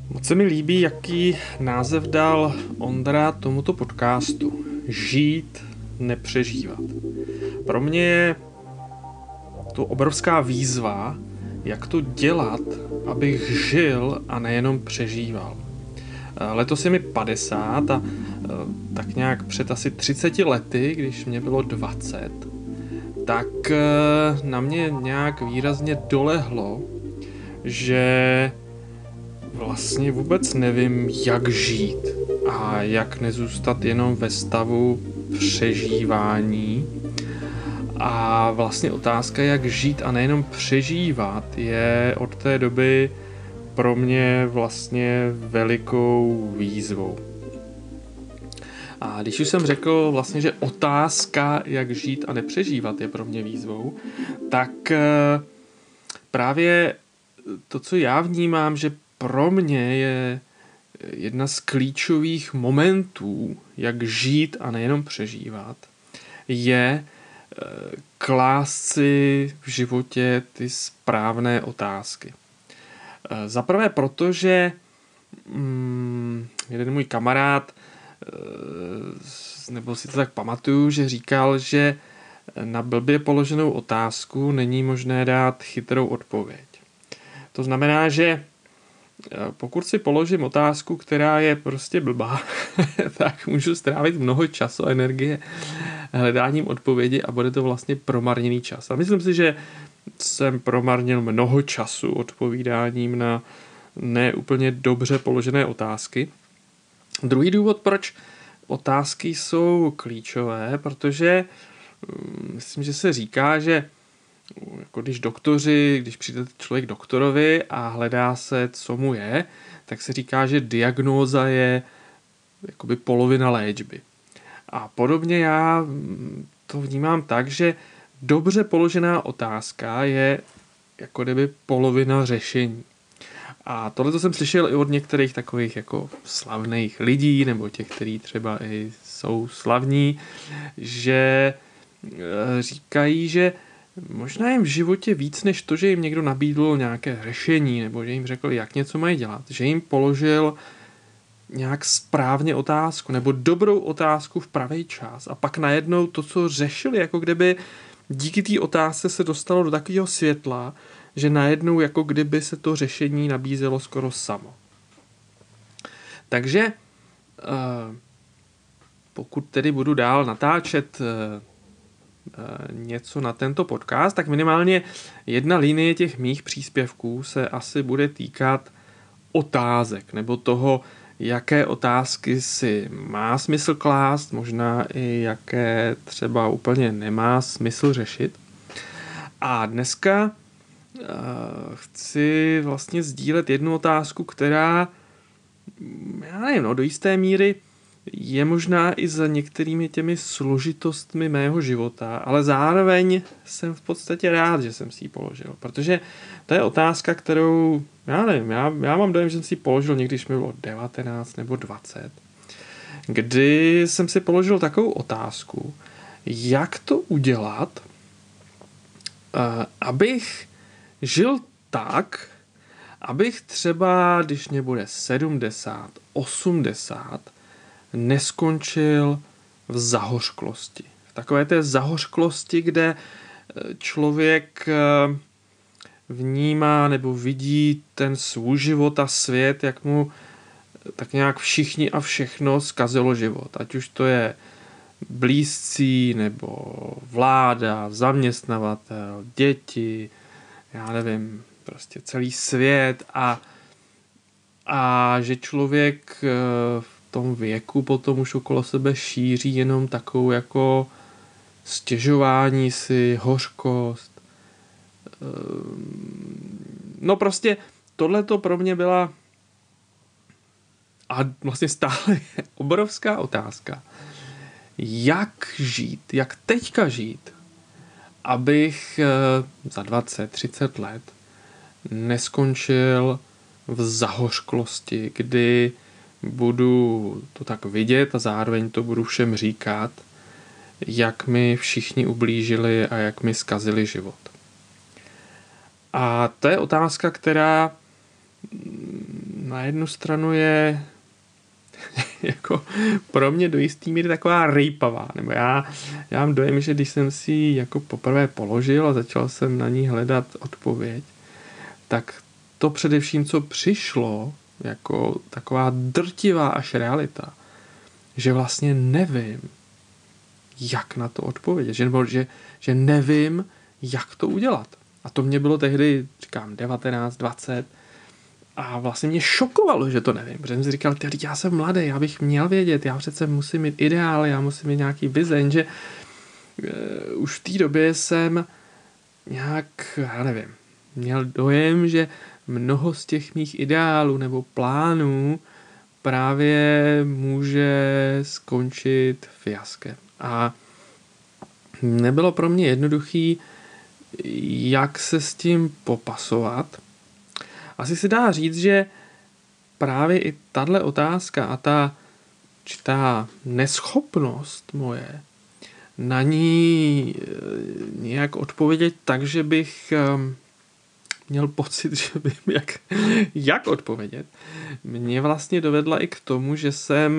Moc se mi líbí, jaký název dal Ondra tomuto podcastu. Žít, nepřežívat. Pro mě je to obrovská výzva, jak to dělat, abych žil a nejenom přežíval. Letos je mi 50 a tak nějak před asi 30 lety, když mě bylo 20, tak na mě nějak výrazně dolehlo, že vlastně vůbec nevím, jak žít a jak nezůstat jenom ve stavu přežívání. A vlastně otázka, jak žít a nejenom přežívat, je od té doby pro mě vlastně velikou výzvou. A když už jsem řekl vlastně, že otázka, jak žít a nepřežívat, je pro mě výzvou, tak právě to, co já vnímám, že pro mě je jedna z klíčových momentů, jak žít a nejenom přežívat, je klást si v životě ty správné otázky. Za prvé protože jeden můj kamarád, nebo si to tak pamatuju, že říkal, že na blbě položenou otázku není možné dát chytrou odpověď. To znamená, že pokud si položím otázku, která je prostě blbá, tak můžu strávit mnoho času a energie hledáním odpovědi a bude to vlastně promarněný čas. A myslím si, že jsem promarnil mnoho času odpovídáním na neúplně dobře položené otázky. Druhý důvod, proč otázky jsou klíčové, protože myslím, že se říká, že jako když přijde člověk doktorovi a hledá se, co mu je, tak se říká, že diagnóza je jakoby polovina léčby. A podobně já to vnímám tak, že dobře položená otázka je jako kdyby polovina řešení. A tohle jsem slyšel i od některých takových jako slavných lidí, nebo těch, kteří třeba i jsou slavní, že říkají, že možná jim v životě víc než to, že jim někdo nabídl nějaké řešení, nebo že jim řekl, jak něco mají dělat, že jim položil nějak správně otázku, nebo dobrou otázku v pravý čas a pak najednou to, co řešili, jako kdyby díky té otázce se dostalo do takového světla, že najednou jako kdyby se to řešení nabízelo skoro samo. Takže pokud tedy budu dál natáčet něco na tento podcast, tak minimálně jedna linie těch mých příspěvků se asi bude týkat otázek, nebo toho, jaké otázky si má smysl klást, možná i jaké třeba úplně nemá smysl řešit. A dneska chci vlastně sdílet jednu otázku, která, já nevím, do jisté míry je možná i za některými těmi složitostmi mého života, ale zároveň jsem v podstatě rád, že jsem si ji položil, protože to je otázka, kterou, já nevím, já mám dojem, že jsem si ji položil někdy, když mi bylo 19 nebo 20, kdy jsem si položil takovou otázku, jak to udělat, abych žil tak, abych třeba, když mě bude 70, 80, neskončil v zahořklosti. V takové té zahořklosti, kde člověk vnímá nebo vidí ten svůj život a svět, jak mu tak nějak všichni a všechno zkazilo život. Ať už to je blízcí, nebo vláda, zaměstnavatel, děti, já nevím, prostě celý svět a že člověk v tom věku potom už okolo sebe šíří jenom takovou jako stěžování si, hořkost. No prostě tohleto pro mě byla a vlastně stále je obrovská otázka. Jak žít, jak teďka žít, abych za 20-30 let neskončil v zahořklosti, kdy budu to tak vidět a zároveň to budu všem říkat, jak mi všichni ublížili a jak mi zkazili život. A to je otázka, která na jednu stranu je jako pro mě do jistý míry taková rejpavá, nebo já mám dojem, že když jsem si ji jako poprvé položil a začal jsem na ní hledat odpověď, tak to především, co přišlo, jako taková drtivá až realita, že vlastně nevím, jak na to odpovědět, že nevím, jak to udělat. A to mě bylo tehdy, říkám, 19, 20 a vlastně mě šokovalo, že to nevím, protože jsem si říkal, já jsem mladý, já bych měl vědět, já přece musím mít ideál, já musím mít nějaký vize, že už v té době jsem nějak, já nevím, měl dojem, že mnoho z těch mých ideálů nebo plánů právě může skončit fiaskem. A nebylo pro mě jednoduchý, jak se s tím popasovat. Asi se dá říct, že právě i tahle otázka a ta určitá neschopnost moje na ní nějak odpovědět tak, že bych měl pocit, že vím, jak odpovědět, mě vlastně dovedla i k tomu, že jsem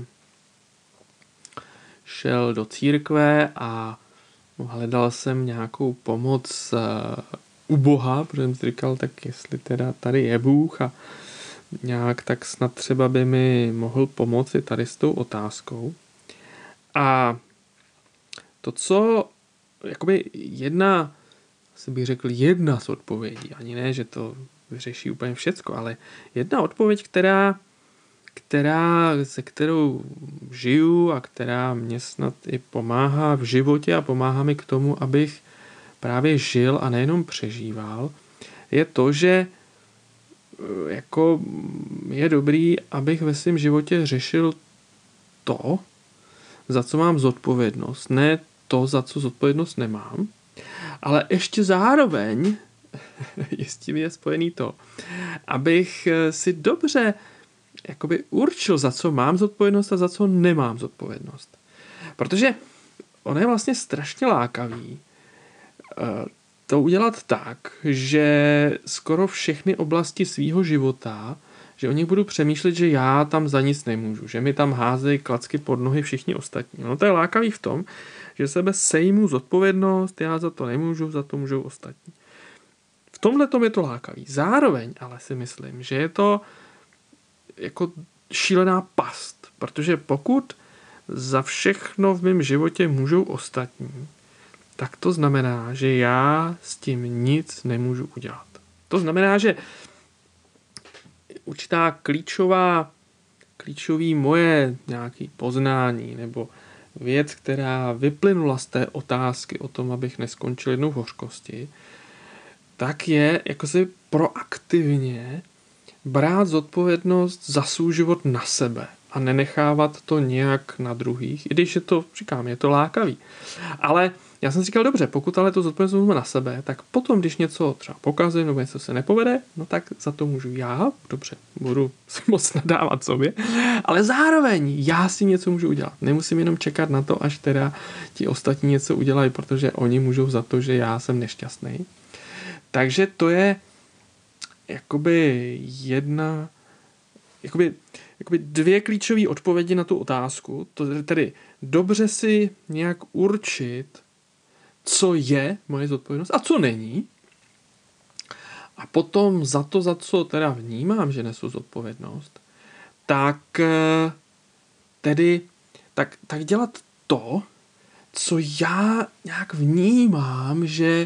šel do církve a hledal jsem nějakou pomoc u Boha, protože jsem si říkal, tak jestli teda tady je Bůh a nějak tak snad třeba by mi mohl pomoci tady s tou otázkou. A to, co jakoby jedna z odpovědí, ani ne, že to vyřeší úplně všecko, ale jedna odpověď, se kterou žiju a která mě snad i pomáhá v životě a pomáhá mi k tomu, abych právě žil a nejenom přežíval, je to, že jako je dobrý, abych ve svém životě řešil to, za co mám zodpovědnost, ne to, za co zodpovědnost nemám, ale ještě zároveň s tím je spojený to, abych si dobře jakoby určil, za co mám zodpovědnost a za co nemám zodpovědnost. Protože ono je vlastně strašně lákavý to udělat tak, že skoro všechny oblasti svýho života, že o nich budu přemýšlet, že já tam za nic nemůžu, že mi tam házejí klacky pod nohy všichni ostatní. No to je lákavý v tom, že sebe sejmu zodpovědnost, já za to nemůžu, za to můžou ostatní. V tomhle tom je to lákavý. Zároveň ale si myslím, že je to jako šílená past, protože pokud za všechno v mém životě můžou ostatní, tak to znamená, že já s tím nic nemůžu udělat. To znamená, že určitá klíčový moje nějaké poznání nebo věc, která vyplynula z té otázky o tom, abych neskončil jednou v hořkosti, tak je jako si proaktivně brát zodpovědnost za svůj život na sebe a nenechávat to nějak na druhých, i když je to, říkám, je to lákavý. Ale já jsem říkal, dobře, pokud ale to zodpovědnost máme na sebe, tak potom, když něco třeba pokazím nebo něco se nepovede, no tak za to můžu já, dobře, budu si moc nadávat sobě, ale zároveň já si něco můžu udělat. Nemusím jenom čekat na to, až teda ti ostatní něco udělají, protože oni můžou za to, že já jsem nešťastný. Takže to je jakoby dvě klíčové odpovědi na tu otázku. To tedy dobře si nějak určit, co je moje zodpovědnost a co není. A potom za co teda vnímám, že nesu zodpovědnost, tak dělat to, co já nějak vnímám, že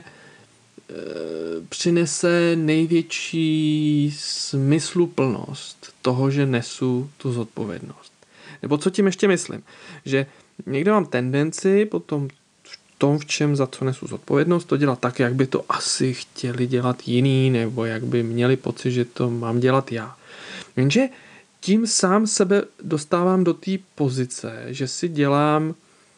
přinese největší smysluplnost toho, že nesu tu zodpovědnost. Nebo co tím ještě myslím? Že někde mám tendenci potom v tom, v čem za co nesu zodpovědnost, to dělat tak, jak by to asi chtěli dělat jiný, nebo jak by měli pocit, že to mám dělat já. Jenže tím sám sebe dostávám do té pozice, že si dělám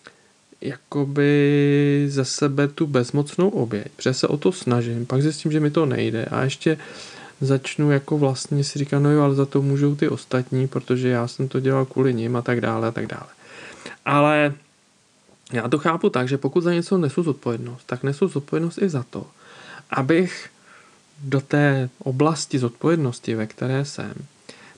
jakoby ze sebe tu bezmocnou oběť, protože se o to snažím, pak zjistím, že mi to nejde a ještě začnu jako vlastně si říkat, no jo, ale za to můžou ty ostatní, protože já jsem to dělal kvůli nim a tak dále a tak dále. Ale já to chápu tak, že pokud za něco nesu zodpovědnost, tak nesu zodpovědnost i za to, abych do té oblasti zodpovědnosti, ve které jsem,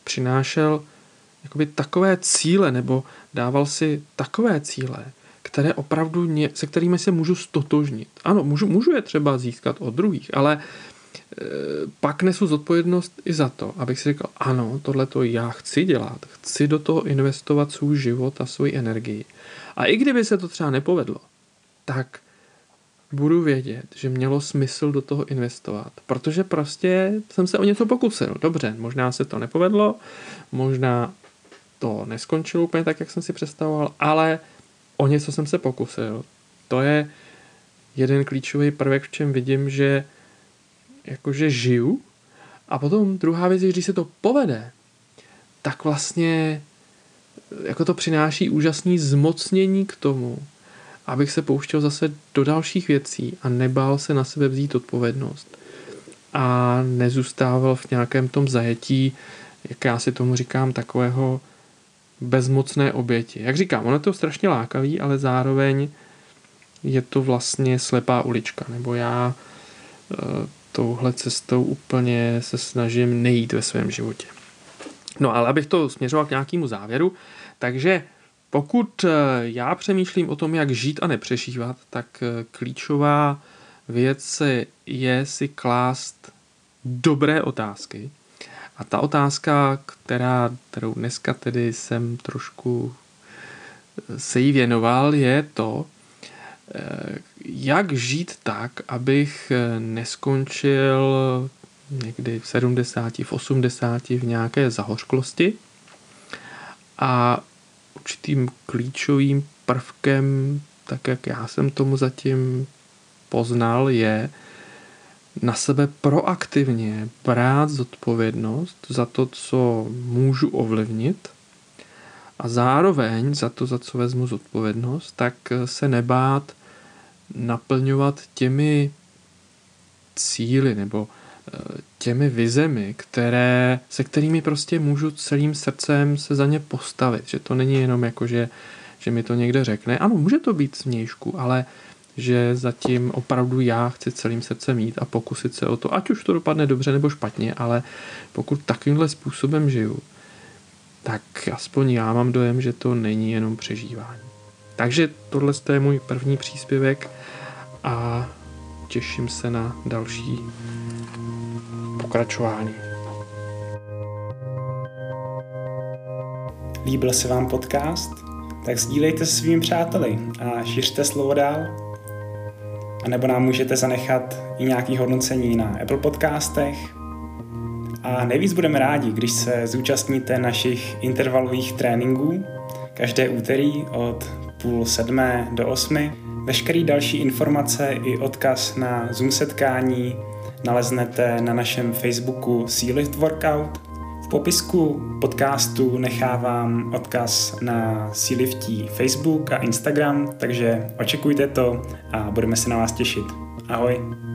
přinášel jakoby takové cíle, nebo dával si takové cíle, které opravdu se kterými se můžu stotožnit. Ano, můžu je třeba získat od druhých, ale pak nesu zodpovědnost i za to, abych si říkal, ano, tohleto já chci dělat, chci do toho investovat svůj život a svoji energii. A i kdyby se to třeba nepovedlo, tak budu vědět, že mělo smysl do toho investovat, protože prostě jsem se o něco pokusil. Dobře, možná se to nepovedlo, možná to neskončilo úplně tak, jak jsem si představoval, ale o něco jsem se pokusil. To je jeden klíčový prvek, v čem vidím, že jakože žiju. A potom druhá věc je, když se to povede, tak vlastně jako to přináší úžasný zmocnění k tomu, abych se pouštěl zase do dalších věcí a nebál se na sebe vzít odpovědnost. A nezůstával v nějakém tom zajetí, jak já si tomu říkám, takového bezmocné oběti. Jak říkám, ono je to strašně lákavý, ale zároveň je to vlastně slepá ulička. Nebo já touhle cestou úplně se snažím nejít ve svém životě. No ale abych to směřoval k nějakému závěru, takže pokud já přemýšlím o tom, jak žít a nepřežívat, tak klíčová věc je si klást dobré otázky. A ta otázka, kterou dneska tedy jsem trošku se jí věnoval, je to, jak žít tak, abych neskončil někdy v 70, v 80 v nějaké zahořklosti. A určitým klíčovým prvkem, tak jak já jsem tomu zatím poznal, je na sebe proaktivně brát zodpovědnost za to, co můžu ovlivnit, a zároveň za to, za co vezmu zodpovědnost, tak se nebát naplňovat těmi cíli nebo těmi vizemi, se kterými prostě můžu celým srdcem se za ně postavit. Že to není jenom jako, že mi to někde řekne. Ano, může to být zvnějšku, ale že zatím opravdu já chci celým srdcem jít a pokusit se o to, ať už to dopadne dobře nebo špatně, ale pokud takovýmhle způsobem žiju, tak aspoň já mám dojem, že to není jenom přežívání. Takže tohle je můj první příspěvek a těším se na další pokračování. Líbil se vám podcast? Tak sdílejte se svými přáteli a šiřte slovo dál. A nebo nám můžete zanechat i nějaké hodnocení na Apple podcastech. A nejvíc budeme rádi, když se zúčastníte našich intervalových tréninků každé úterý od 6:30 do 8. Veškeré další informace i odkaz na Zoom setkání naleznete na našem Facebooku Sealift Workout. V popisku podcastu nechávám odkaz na Sealiftí Facebook a Instagram, takže očekujte to a budeme se na vás těšit. Ahoj!